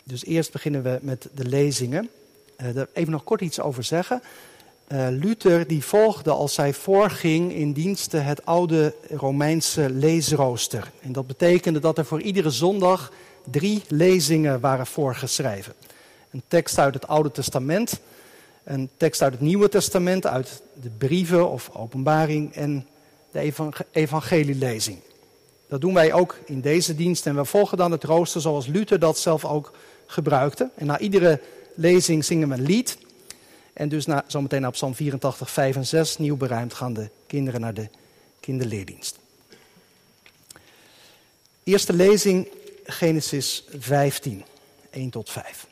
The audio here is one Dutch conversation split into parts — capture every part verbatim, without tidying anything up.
Dus eerst beginnen we met de lezingen. Uh, daar even nog kort iets over zeggen. Uh, Luther die volgde als hij voorging in diensten het oude Romeinse leesrooster. En dat betekende dat er voor iedere zondag drie lezingen waren voorgeschreven. Een tekst uit het Oude Testament, een tekst uit het Nieuwe Testament, uit de brieven of openbaring en de evang- evangelielezing. Dat doen wij ook in deze dienst en we volgen dan het rooster zoals Luther dat zelf ook gebruikte. En na iedere lezing zingen we een lied. En dus na, zometeen naar Psalm vierentachtig, vijf en zes, nieuw beruimd, gaan de kinderen naar de kinderleerdienst. Eerste lezing, Genesis vijftien, één tot vijf.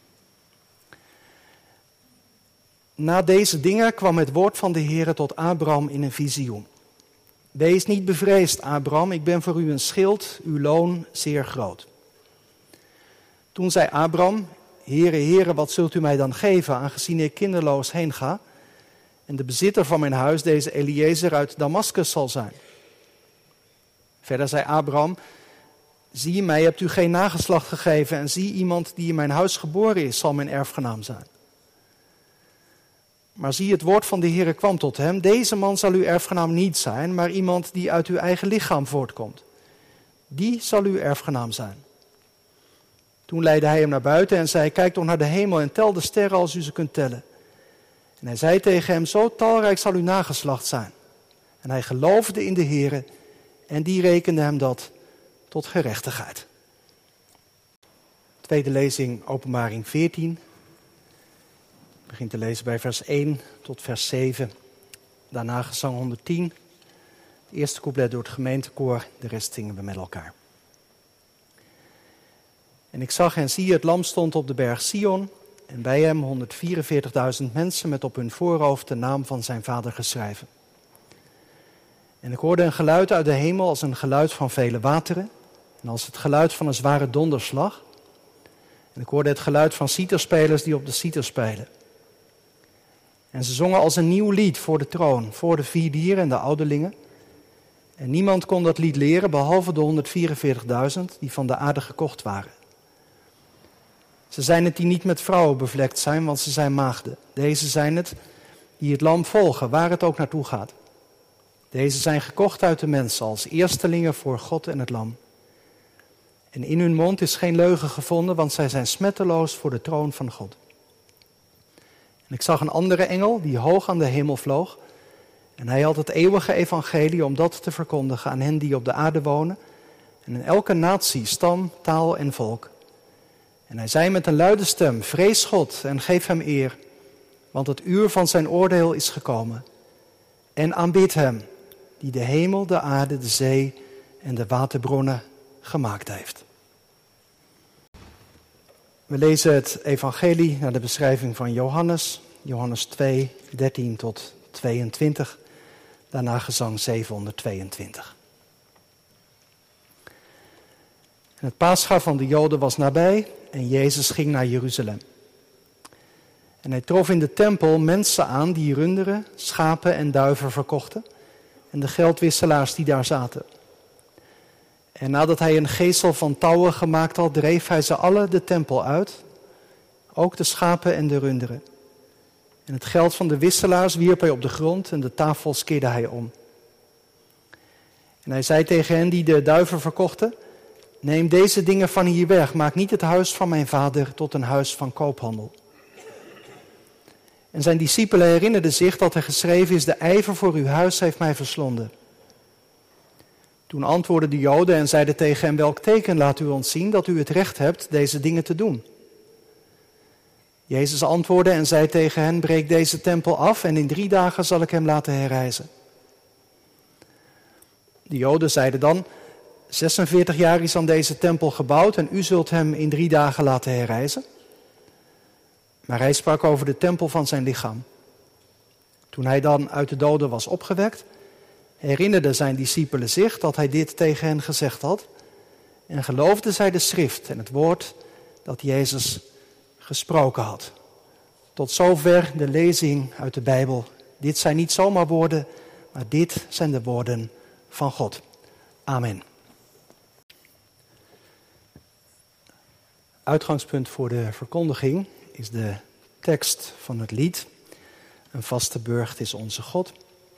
Na deze dingen kwam het woord van de Heere tot Abraham in een visioen. Wees niet bevreesd, Abraham, ik ben voor u een schild, uw loon zeer groot. Toen zei Abraham, Heere, Heere, wat zult u mij dan geven, aangezien ik kinderloos heen ga? En de bezitter van mijn huis, deze Eliezer uit Damaskus, zal zijn. Verder zei Abraham, zie mij, hebt u geen nageslacht gegeven, en zie iemand die in mijn huis geboren is, zal mijn erfgenaam zijn. Maar zie, het woord van de Heere kwam tot hem, deze man zal uw erfgenaam niet zijn, maar iemand die uit uw eigen lichaam voortkomt. Die zal uw erfgenaam zijn. Toen leidde hij hem naar buiten en zei, kijk toch naar de hemel en tel de sterren als u ze kunt tellen. En hij zei tegen hem, zo talrijk zal uw nageslacht zijn. En hij geloofde in de Heere en die rekende hem dat tot gerechtigheid. Tweede lezing, Openbaring veertien. Ik begin te lezen bij vers één tot vers zeven. Daarna gezang honderdtien. Het eerste couplet door het gemeentekoor, de rest zingen we met elkaar. En ik zag en zie, het lam stond op de berg Sion en bij hem honderdvierenveertigduizend mensen met op hun voorhoofd de naam van zijn vader geschreven. En ik hoorde een geluid uit de hemel als een geluid van vele wateren en als het geluid van een zware donderslag. En ik hoorde het geluid van citerspelers die op de citer spelen. En ze zongen als een nieuw lied voor de troon, voor de vier dieren en de ouderlingen. En niemand kon dat lied leren behalve de honderdvierenveertigduizend die van de aarde gekocht waren. Ze zijn het die niet met vrouwen bevlekt zijn, want ze zijn maagden. Deze zijn het die het lam volgen, waar het ook naartoe gaat. Deze zijn gekocht uit de mensen als eerstelingen voor God en het lam. En in hun mond is geen leugen gevonden, want zij zijn smetteloos voor de troon van God. En ik zag een andere engel die hoog aan de hemel vloog. En hij had het eeuwige evangelie om dat te verkondigen aan hen die op de aarde wonen. En in elke natie, stam, taal en volk. En hij zei met een luide stem, vrees God en geef hem eer, want het uur van zijn oordeel is gekomen. En aanbid hem, die de hemel, de aarde, de zee en de waterbronnen gemaakt heeft. We lezen het evangelie naar de beschrijving van Johannes, Johannes twee, dertien tot tweeëntwintig, daarna gezang zevenhonderdtweeëntwintig. En het Pascha van de Joden was nabij en Jezus ging naar Jeruzalem. En hij trof in de tempel mensen aan die runderen, schapen en duiven verkochten en de geldwisselaars die daar zaten. En nadat hij een geesel van touwen gemaakt had, dreef hij ze alle de tempel uit, ook de schapen en de runderen. En het geld van de wisselaars wierp hij op de grond en de tafels keerde hij om. En hij zei tegen hen die de duiven verkochten, neem deze dingen van hier weg, maak niet het huis van mijn vader tot een huis van koophandel. En zijn discipelen herinnerden zich dat er geschreven is, de ijver voor uw huis heeft mij verslonden. Toen antwoordden de Joden en zeiden tegen hem, welk teken laat u ons zien dat u het recht hebt deze dingen te doen? Jezus antwoordde en zei tegen hen, breek deze tempel af en in drie dagen zal ik hem laten herrijzen. De Joden zeiden dan, zesenveertig jaar is aan deze tempel gebouwd en u zult hem in drie dagen laten herrijzen. Maar hij sprak over de tempel van zijn lichaam. Toen hij dan uit de doden was opgewekt, herinnerden zijn discipelen zich dat hij dit tegen hen gezegd had en geloofden zij de schrift en het woord dat Jezus gesproken had. Tot zover de lezing uit de Bijbel. Dit zijn niet zomaar woorden, maar dit zijn de woorden van God. Amen. uitgangspunt voor de verkondiging is de tekst van het lied. Een vaste burcht is onze God.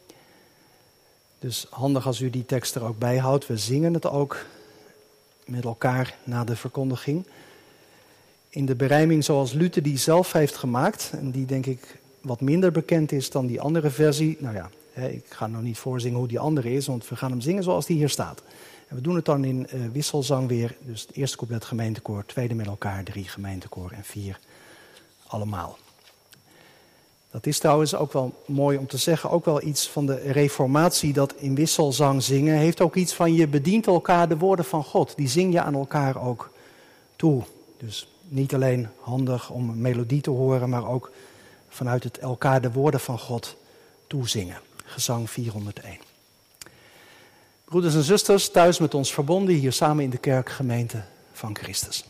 Dus handig als u die tekst er ook bij houdt. We zingen het ook met elkaar na de verkondiging. In de berijming zoals Luther die zelf heeft gemaakt. En die denk ik wat minder bekend is dan die andere versie. Nou ja, ik ga nou niet voorzingen hoe die andere is. Want we gaan hem zingen zoals die hier staat. En we doen het dan in uh, wisselzang weer. Dus het eerste couplet gemeentekoor, tweede met elkaar, drie gemeentekoor en vier allemaal. Dat is trouwens ook wel mooi om te zeggen, ook wel iets van de reformatie, dat in wisselzang zingen heeft ook iets van je bedient elkaar de woorden van God. Die zing je aan elkaar ook toe. Dus niet alleen handig om een melodie te horen, maar ook vanuit het elkaar de woorden van God toezingen. Gezang vierhonderdéén. Broeders en zusters, thuis met ons verbonden, hier samen in de kerkgemeente van Christus.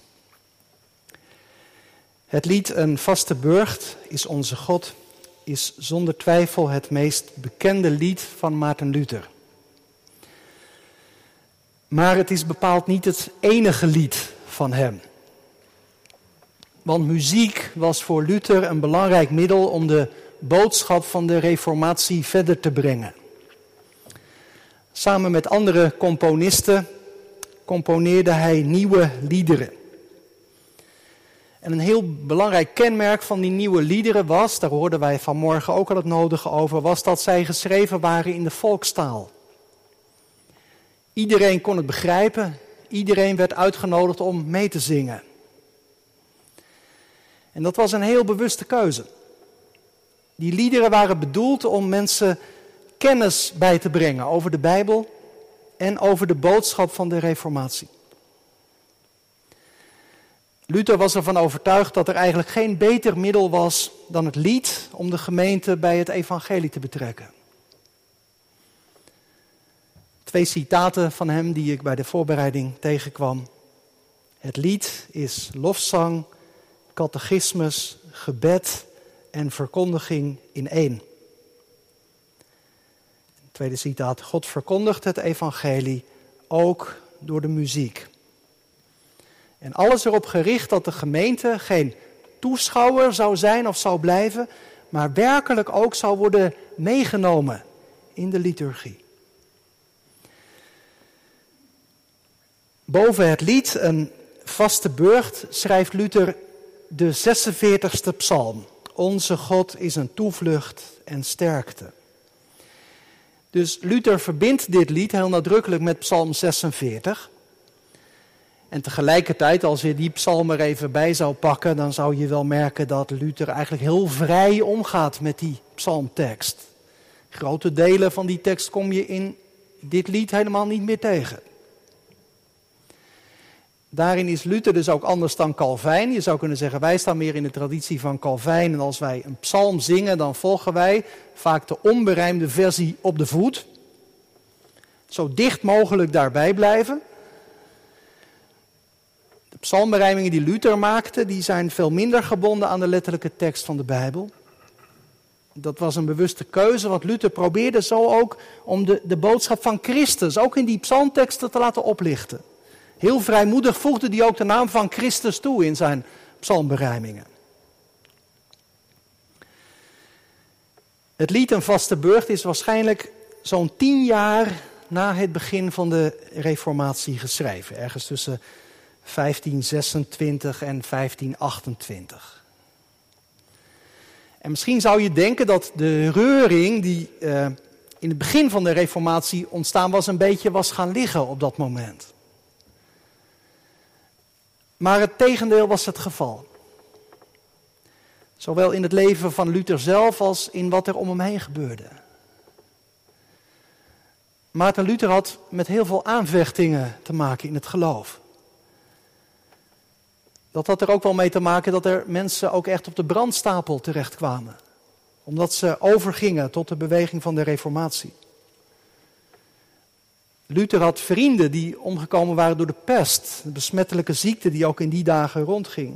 Het lied Een vaste burcht is onze God is zonder twijfel het meest bekende lied van Maarten Luther. Maar het is bepaald niet het enige lied van hem. Want muziek was voor Luther een belangrijk middel om de boodschap van de reformatie verder te brengen. Samen met andere componisten componeerde hij nieuwe liederen. En een heel belangrijk kenmerk van die nieuwe liederen was, daar hoorden wij vanmorgen ook al het nodige over, was dat zij geschreven waren in de volkstaal. Iedereen kon het begrijpen, iedereen werd uitgenodigd om mee te zingen. En dat was een heel bewuste keuze. Die liederen waren bedoeld om mensen kennis bij te brengen over de Bijbel en over de boodschap van de reformatie. Luther was ervan overtuigd dat er eigenlijk geen beter middel was dan het lied om de gemeente bij het evangelie te betrekken. Twee citaten van hem die ik bij de voorbereiding tegenkwam. Het lied is lofzang, catechismus, gebed en verkondiging in één. Tweede citaat, God verkondigt het evangelie ook door de muziek. En alles erop gericht dat de gemeente geen toeschouwer zou zijn of zou blijven, maar werkelijk ook zou worden meegenomen in de liturgie. Boven het lied, een vaste burcht, schrijft Luther de zesenveertigste psalm. Onze God is een toevlucht en sterkte. Dus Luther verbindt dit lied heel nadrukkelijk met psalm zesenveertig. En tegelijkertijd, als je die psalm er even bij zou pakken, dan zou je wel merken dat Luther eigenlijk heel vrij omgaat met die psalmtekst. Grote delen van die tekst kom je in dit lied helemaal niet meer tegen. Daarin is Luther dus ook anders dan Calvijn. Je zou kunnen zeggen, wij staan meer in de traditie van Calvijn. En als wij een psalm zingen, dan volgen wij vaak de onberijmde versie op de voet. Zo dicht mogelijk daarbij blijven. De psalmberijmingen die Luther maakte, die zijn veel minder gebonden aan de letterlijke tekst van de Bijbel. Dat was een bewuste keuze, want Luther probeerde zo ook om de, de boodschap van Christus ook in die psalmteksten te laten oplichten. Heel vrijmoedig voegde hij ook de naam van Christus toe in zijn psalmberijmingen. Het lied Een vaste burcht is waarschijnlijk zo'n tien jaar na het begin van de reformatie geschreven. Ergens tussen vijftien zesentwintig en vijftien achtentwintig. En misschien zou je denken dat de reuring die uh, in het begin van de reformatie ontstaan was, een beetje was gaan liggen op dat moment. Maar het tegendeel was het geval. Zowel in het leven van Luther zelf als in wat er om hem heen gebeurde. Maarten Luther had met heel veel aanvechtingen te maken in het geloof. Dat had er ook wel mee te maken dat er mensen ook echt op de brandstapel terechtkwamen. Omdat ze overgingen tot de beweging van de reformatie. Luther had vrienden die omgekomen waren door de pest, de besmettelijke ziekte die ook in die dagen rondging.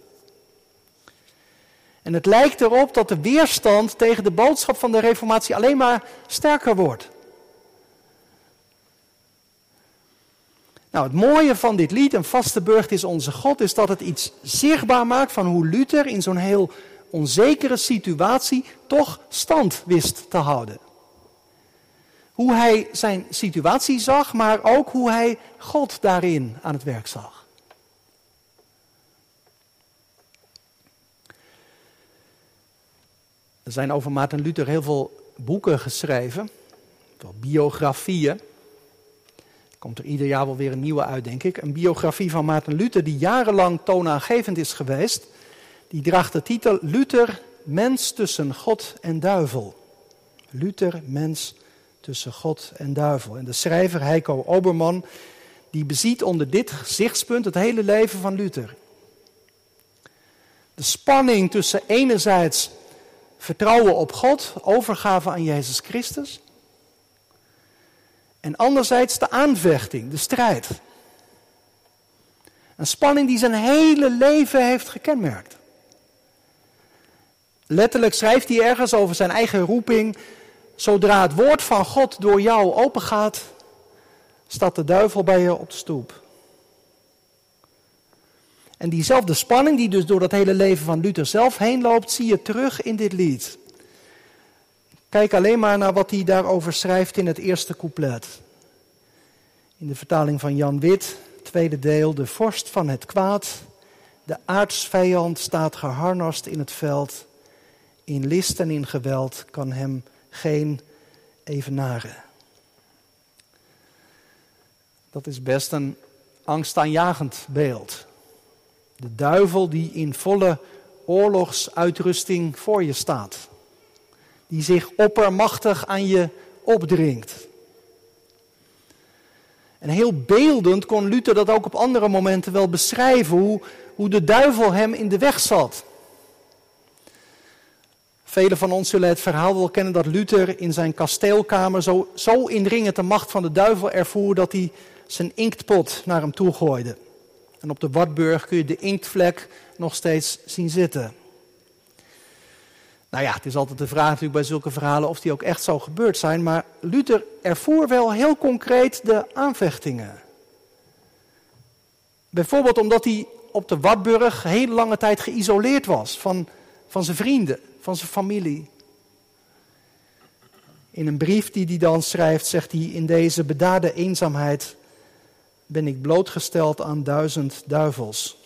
En het lijkt erop dat de weerstand tegen de boodschap van de reformatie alleen maar sterker wordt. Nou, het mooie van dit lied, een vaste burcht is onze God, is dat het iets zichtbaar maakt van hoe Luther in zo'n heel onzekere situatie toch stand wist te houden. Hoe hij zijn situatie zag, maar ook hoe hij God daarin aan het werk zag. Er zijn over Maarten Luther heel veel boeken geschreven, veel biografieën. Er komt er ieder jaar wel weer een nieuwe uit, denk ik. Een biografie van Maarten Luther die jarenlang toonaangevend is geweest. Die draagt de titel Luther, mens tussen God en duivel. Luther, mens tussen God en duivel. En de schrijver Heiko Oberman, die beziet onder dit gezichtspunt het hele leven van Luther. De spanning tussen enerzijds vertrouwen op God, overgave aan Jezus Christus. En anderzijds de aanvechting, de strijd. Een spanning die zijn hele leven heeft gekenmerkt. Letterlijk schrijft hij ergens over zijn eigen roeping: zodra het woord van God door jou opengaat, staat de duivel bij je op de stoep. En diezelfde spanning die dus door dat hele leven van Luther zelf heen loopt, zie je terug in dit lied. Kijk alleen maar naar wat hij daarover schrijft in het eerste couplet. In de vertaling van Jan Wit, tweede deel: de vorst van het kwaad, de aartsvijand staat geharnast in het veld. In list en in geweld kan hem geen evenaren. Dat is best een angstaanjagend beeld. De duivel die in volle oorlogsuitrusting voor je staat. Die zich oppermachtig aan je opdringt. En heel beeldend kon Luther dat ook op andere momenten wel beschrijven. Hoe, hoe de duivel hem in de weg zat. Velen van ons zullen het verhaal wel kennen dat Luther in zijn kasteelkamer zo, zo indringend de macht van de duivel ervoer dat hij zijn inktpot naar hem toe gooide. En op de Wartburg kun je de inktvlek nog steeds zien zitten. Nou ja, het is altijd de vraag natuurlijk bij zulke verhalen of die ook echt zo gebeurd zijn. Maar Luther ervoer wel heel concreet de aanvechtingen. Bijvoorbeeld omdat hij op de Wartburg heel lange tijd geïsoleerd was van, van zijn vrienden, van zijn familie. In een brief die hij dan schrijft, zegt hij: in deze bedaarde eenzaamheid ben ik blootgesteld aan duizend duivels.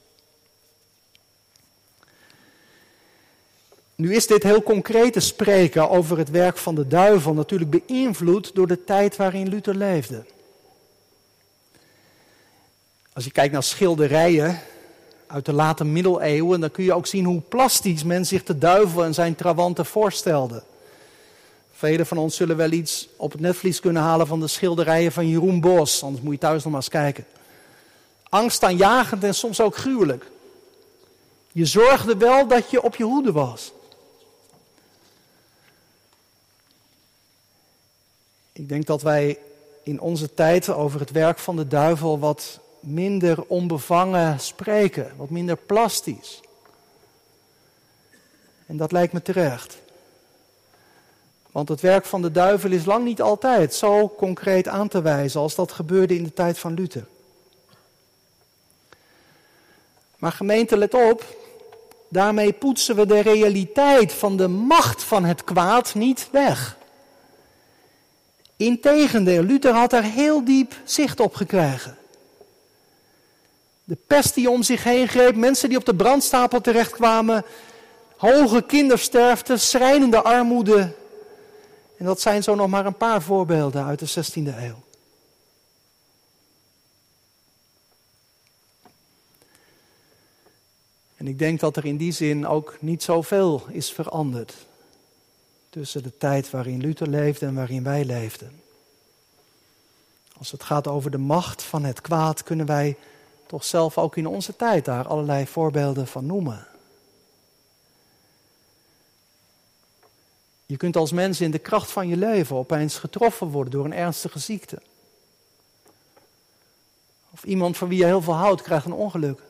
Nu is dit heel concrete spreken over het werk van de duivel natuurlijk beïnvloed door de tijd waarin Luther leefde. Als je kijkt naar schilderijen uit de late middeleeuwen, dan kun je ook zien hoe plastisch men zich de duivel en zijn trawanten voorstelde. Velen van ons zullen wel iets op het netvlies kunnen halen van de schilderijen van Jeroen Bosch, anders moet je thuis nog maar eens kijken. Angstaanjagend en soms ook gruwelijk. Je zorgde wel dat je op je hoede was. Ik denk dat wij in onze tijd over het werk van de duivel wat minder onbevangen spreken, wat minder plastisch. En dat lijkt me terecht. Want het werk van de duivel is lang niet altijd zo concreet aan te wijzen als dat gebeurde in de tijd van Luther. Maar gemeente, let op, daarmee poetsen we de realiteit van de macht van het kwaad niet weg. Integendeel, Luther had daar heel diep zicht op gekregen. De pest die om zich heen greep, mensen die op de brandstapel terechtkwamen, hoge kindersterfte, schrijnende armoede. En dat zijn zo nog maar een paar voorbeelden uit de zestiende eeuw. En ik denk dat er in die zin ook niet zoveel is veranderd tussen de tijd waarin Luther leefde en waarin wij leefden. Als het gaat over de macht van het kwaad, kunnen wij toch zelf ook in onze tijd daar allerlei voorbeelden van noemen. Je kunt als mens in de kracht van je leven opeens getroffen worden door een ernstige ziekte. Of iemand van wie je heel veel houdt krijgt een ongeluk.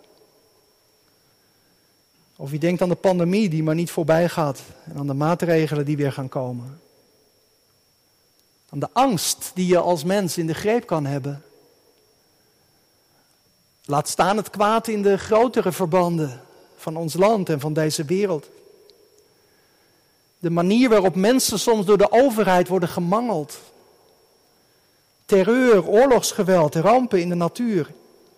Of je denkt aan de pandemie die maar niet voorbij gaat en aan de maatregelen die weer gaan komen. Aan de angst die je als mens in de greep kan hebben. Laat staan het kwaad in de grotere verbanden van ons land en van deze wereld. De manier waarop mensen soms door de overheid worden gemangeld. Terreur, oorlogsgeweld, rampen in de natuur.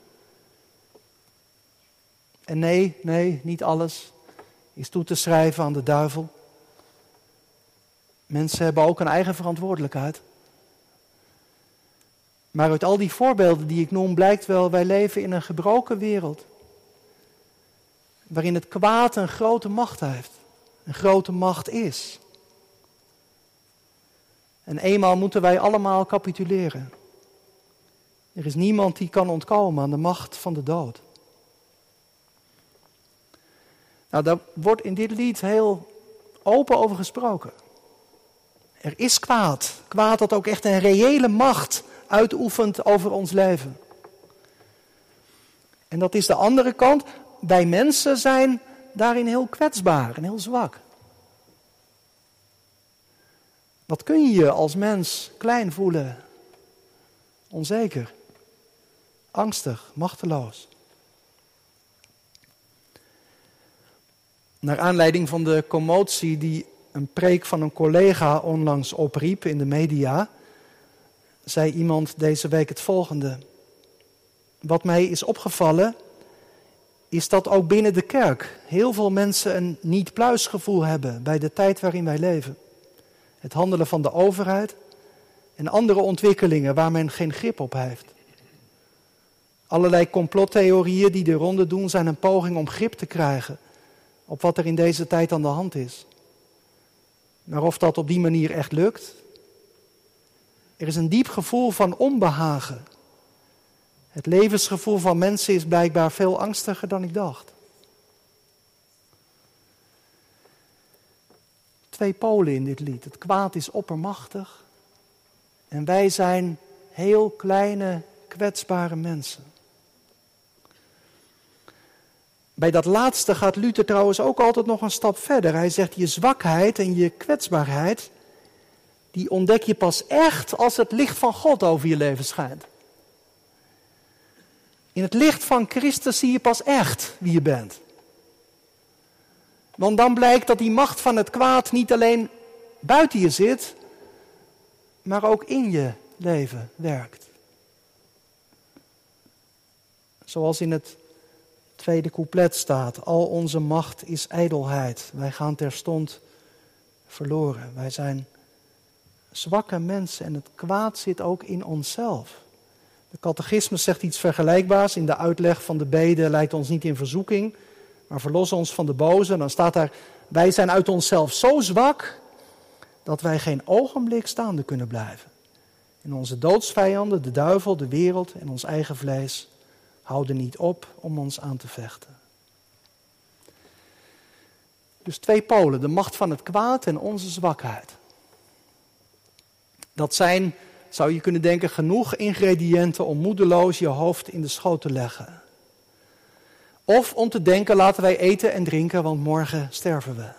En nee, nee, niet alles is toe te schrijven aan de duivel. Mensen hebben ook een eigen verantwoordelijkheid. Maar uit al die voorbeelden die ik noem blijkt wel, wij leven in een gebroken wereld. Waarin het kwaad een grote macht heeft. Een grote macht is. En eenmaal moeten wij allemaal capituleren. Er is niemand die kan ontkomen aan de macht van de dood. Nou, daar wordt in dit lied heel open over gesproken. Er is kwaad. Kwaad dat ook echt een reële macht uitoefent over ons leven. En dat is de andere kant. Wij mensen zijn daarin heel kwetsbaar en heel zwak. Wat kun je je als mens klein voelen? Onzeker, angstig, machteloos. Naar aanleiding van de commotie die een preek van een collega onlangs opriep in de media, zei iemand deze week het volgende. Wat mij is opgevallen, is dat ook binnen de kerk heel veel mensen een niet-pluisgevoel hebben bij de tijd waarin wij leven. Het handelen van de overheid en andere ontwikkelingen waar men geen grip op heeft. Allerlei complottheorieën die de ronde doen zijn een poging om grip te krijgen op wat er in deze tijd aan de hand is. Maar of dat op die manier echt lukt? Er is een diep gevoel van onbehagen. Het levensgevoel van mensen is blijkbaar veel angstiger dan ik dacht. Twee polen in dit lied. Het kwaad is oppermachtig. En wij zijn heel kleine, kwetsbare mensen. Bij dat laatste gaat Luther trouwens ook altijd nog een stap verder. Hij zegt, je zwakheid en je kwetsbaarheid, die ontdek je pas echt als het licht van God over je leven schijnt. In het licht van Christus zie je pas echt wie je bent. Want dan blijkt dat die macht van het kwaad niet alleen buiten je zit, maar ook in je leven werkt. Zoals in het tweede couplet staat, al onze macht is ijdelheid. Wij gaan terstond verloren. Wij zijn zwakke mensen en het kwaad zit ook in onszelf. De catechismus zegt iets vergelijkbaars. In de uitleg van de bede leidt ons niet in verzoeking, maar verlos ons van de boze. Dan staat daar, wij zijn uit onszelf zo zwak dat wij geen ogenblik staande kunnen blijven. En onze doodsvijanden, de duivel, de wereld en ons eigen vlees houden niet op om ons aan te vechten. Dus twee polen, de macht van het kwaad en onze zwakheid. Dat zijn, zou je kunnen denken, genoeg ingrediënten om moedeloos je hoofd in de schoot te leggen. Of om te denken, laten wij eten en drinken, want morgen sterven we.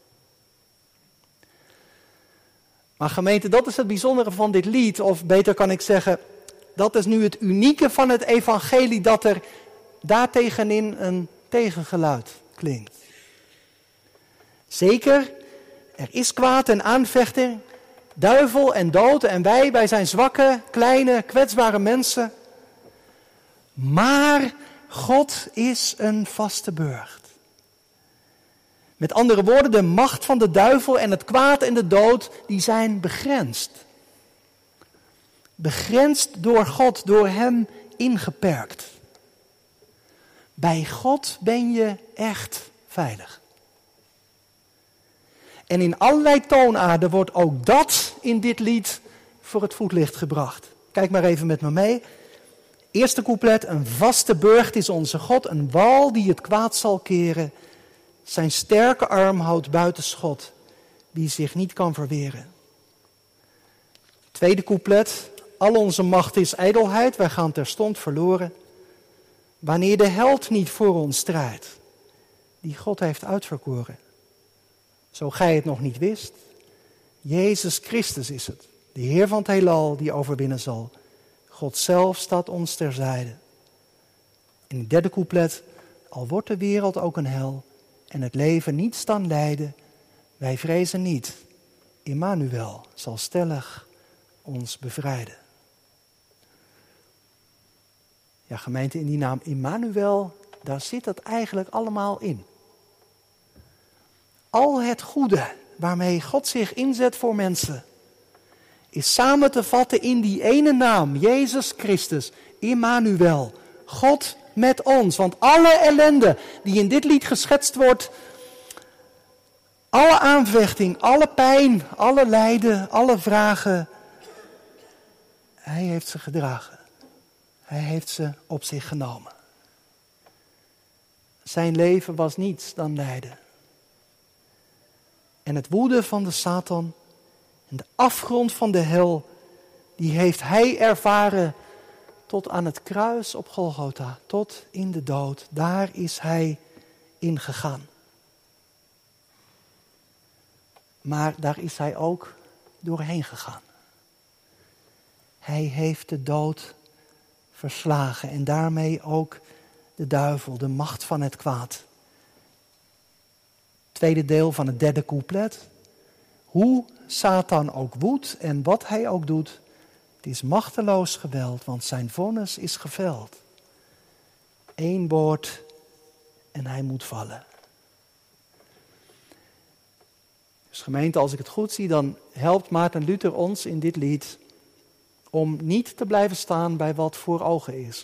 Maar gemeente, dat is het bijzondere van dit lied, of beter kan ik zeggen, dat is nu het unieke van het evangelie, dat er daartegenin een tegengeluid klinkt. Zeker, er is kwaad en aanvechting, duivel en dood en wij, wij zijn zwakke, kleine, kwetsbare mensen. Maar God is een vaste burcht. Met andere woorden, de macht van de duivel en het kwaad en de dood, die zijn begrensd. Begrensd door God, door hem ingeperkt. Bij God ben je echt veilig. En in allerlei toonaarden wordt ook dat in dit lied voor het voetlicht gebracht. Kijk maar even met me mee. Eerste couplet, een vaste burcht is onze God, een wal die het kwaad zal keren. Zijn sterke arm houdt buiten schot, die zich niet kan verweren. Tweede couplet, al onze macht is ijdelheid, wij gaan terstond verloren. Wanneer de held niet voor ons strijdt, die God heeft uitverkoren. Zo gij het nog niet wist, Jezus Christus is het, de Heer van het heelal die overwinnen zal. God zelf staat ons terzijde. In het derde couplet, al wordt de wereld ook een hel en het leven niets dan lijden, wij vrezen niet. Immanuel zal stellig ons bevrijden. Ja, gemeente, in die naam Immanuel, daar zit het eigenlijk allemaal in. Al het goede waarmee God zich inzet voor mensen, is samen te vatten in die ene naam, Jezus Christus, Immanuel, God met ons. Want alle ellende die in dit lied geschetst wordt, alle aanvechting, alle pijn, alle lijden, alle vragen, hij heeft ze gedragen. Hij heeft ze op zich genomen. Zijn leven was niets dan lijden. En het woede van de Satan en de afgrond van de hel, die heeft hij ervaren tot aan het kruis op Golgotha, tot in de dood. Daar is hij ingegaan. Maar daar is hij ook doorheen gegaan. Hij heeft de dood verslagen en daarmee ook de duivel, de macht van het kwaad. Tweede deel van het derde couplet. Hoe Satan ook woedt en wat hij ook doet, het is machteloos geweld, want zijn vonnis is geveld. Eén woord en hij moet vallen. Dus gemeente, als ik het goed zie, dan helpt Maarten Luther ons in dit lied om niet te blijven staan bij wat voor ogen is.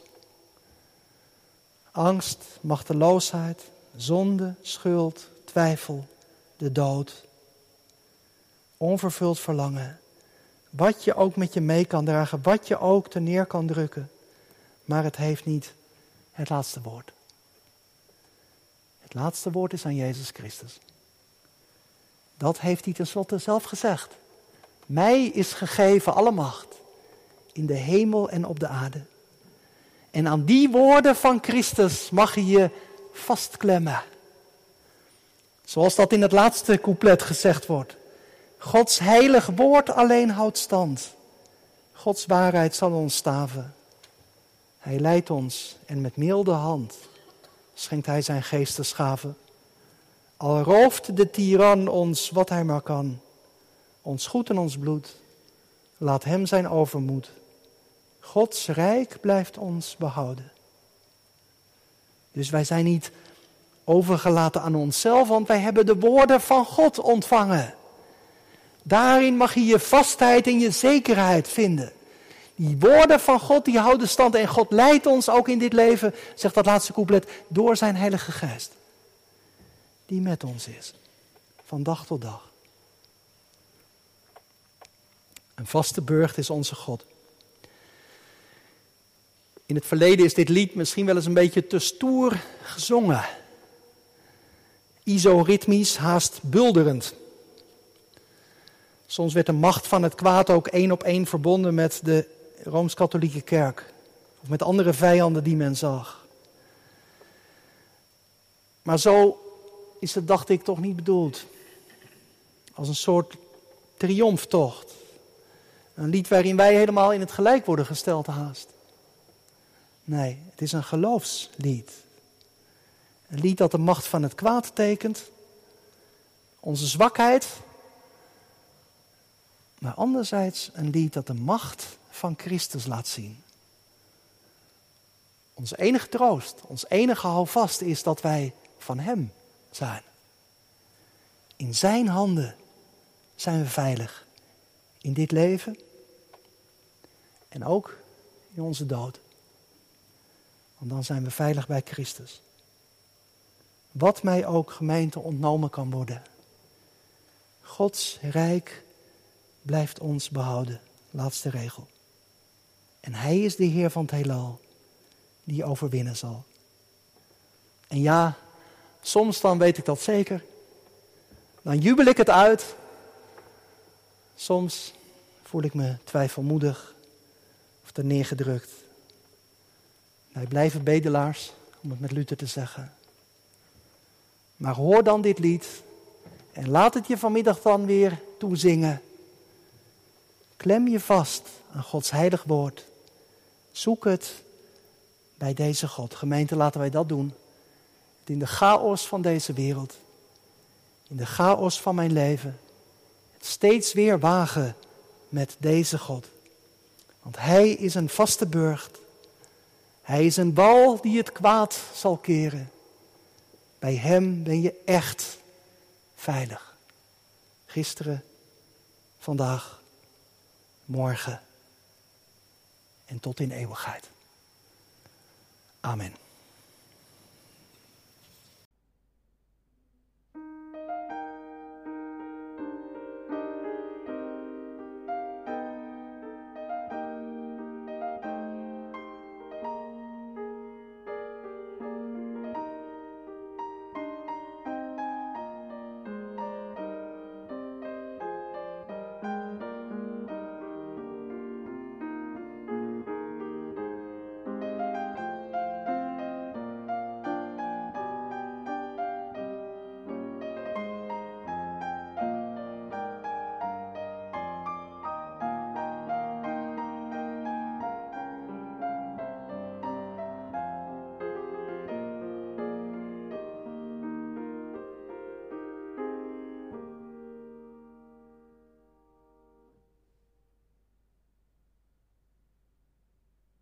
Angst, machteloosheid, zonde, schuld, twijfel, de dood. Onvervuld verlangen. Wat je ook met je mee kan dragen, wat je ook te neer kan drukken. Maar het heeft niet het laatste woord. Het laatste woord is aan Jezus Christus. Dat heeft hij tenslotte zelf gezegd. Mij is gegeven alle macht in de hemel en op de aarde. En aan die woorden van Christus mag je je vastklemmen. Zoals dat in het laatste couplet gezegd wordt. Gods heilig woord alleen houdt stand. Gods waarheid zal ons staven. Hij leidt ons en met milde hand schenkt hij zijn geestesgaven. Al rooft de tiran ons wat hij maar kan. Ons goed en ons bloed. Laat hem zijn overmoed. Gods rijk blijft ons behouden. Dus wij zijn niet overgelaten aan onszelf, want wij hebben de woorden van God ontvangen. Daarin mag je je vastheid en je zekerheid vinden. Die woorden van God die houden stand en God leidt ons ook in dit leven, zegt dat laatste couplet, door zijn Heilige Geest. Die met ons is, van dag tot dag. Een vaste burcht is onze God. In het verleden is dit lied misschien wel eens een beetje te stoer gezongen. Isoritmisch, haast bulderend. Soms werd de macht van het kwaad ook één op één verbonden met de Rooms-Katholieke Kerk. Of met andere vijanden die men zag. Maar zo is het, dacht ik, toch niet bedoeld. Als een soort triomftocht. Een lied waarin wij helemaal in het gelijk worden gesteld haast. Nee, het is een geloofslied. Een lied dat de macht van het kwaad tekent. Onze zwakheid. Maar anderzijds een lied dat de macht van Christus laat zien. Onze enige troost, ons enige houvast is dat wij van Hem zijn. In zijn handen zijn we veilig. In dit leven en ook in onze dood. Want dan zijn we veilig bij Christus. Wat mij ook, gemeente, ontnomen kan worden. Gods rijk blijft ons behouden. Laatste regel. En Hij is de Heer van het heelal, die overwinnen zal. En ja, soms dan weet ik dat zeker. Dan jubel ik het uit. Soms voel ik me twijfelmoedig of te neergedrukt. Wij blijven bedelaars, om het met Luther te zeggen. Maar hoor dan dit lied en laat het je vanmiddag dan weer toezingen. Klem je vast aan Gods heilig woord. Zoek het bij deze God. Gemeente, laten wij dat doen. In de chaos van deze wereld, in de chaos van mijn leven, het steeds weer wagen met deze God. Want Hij is een vaste burcht. Hij is een wal die het kwaad zal keren. Bij Hem ben je echt veilig. Gisteren, vandaag, morgen en tot in eeuwigheid. Amen.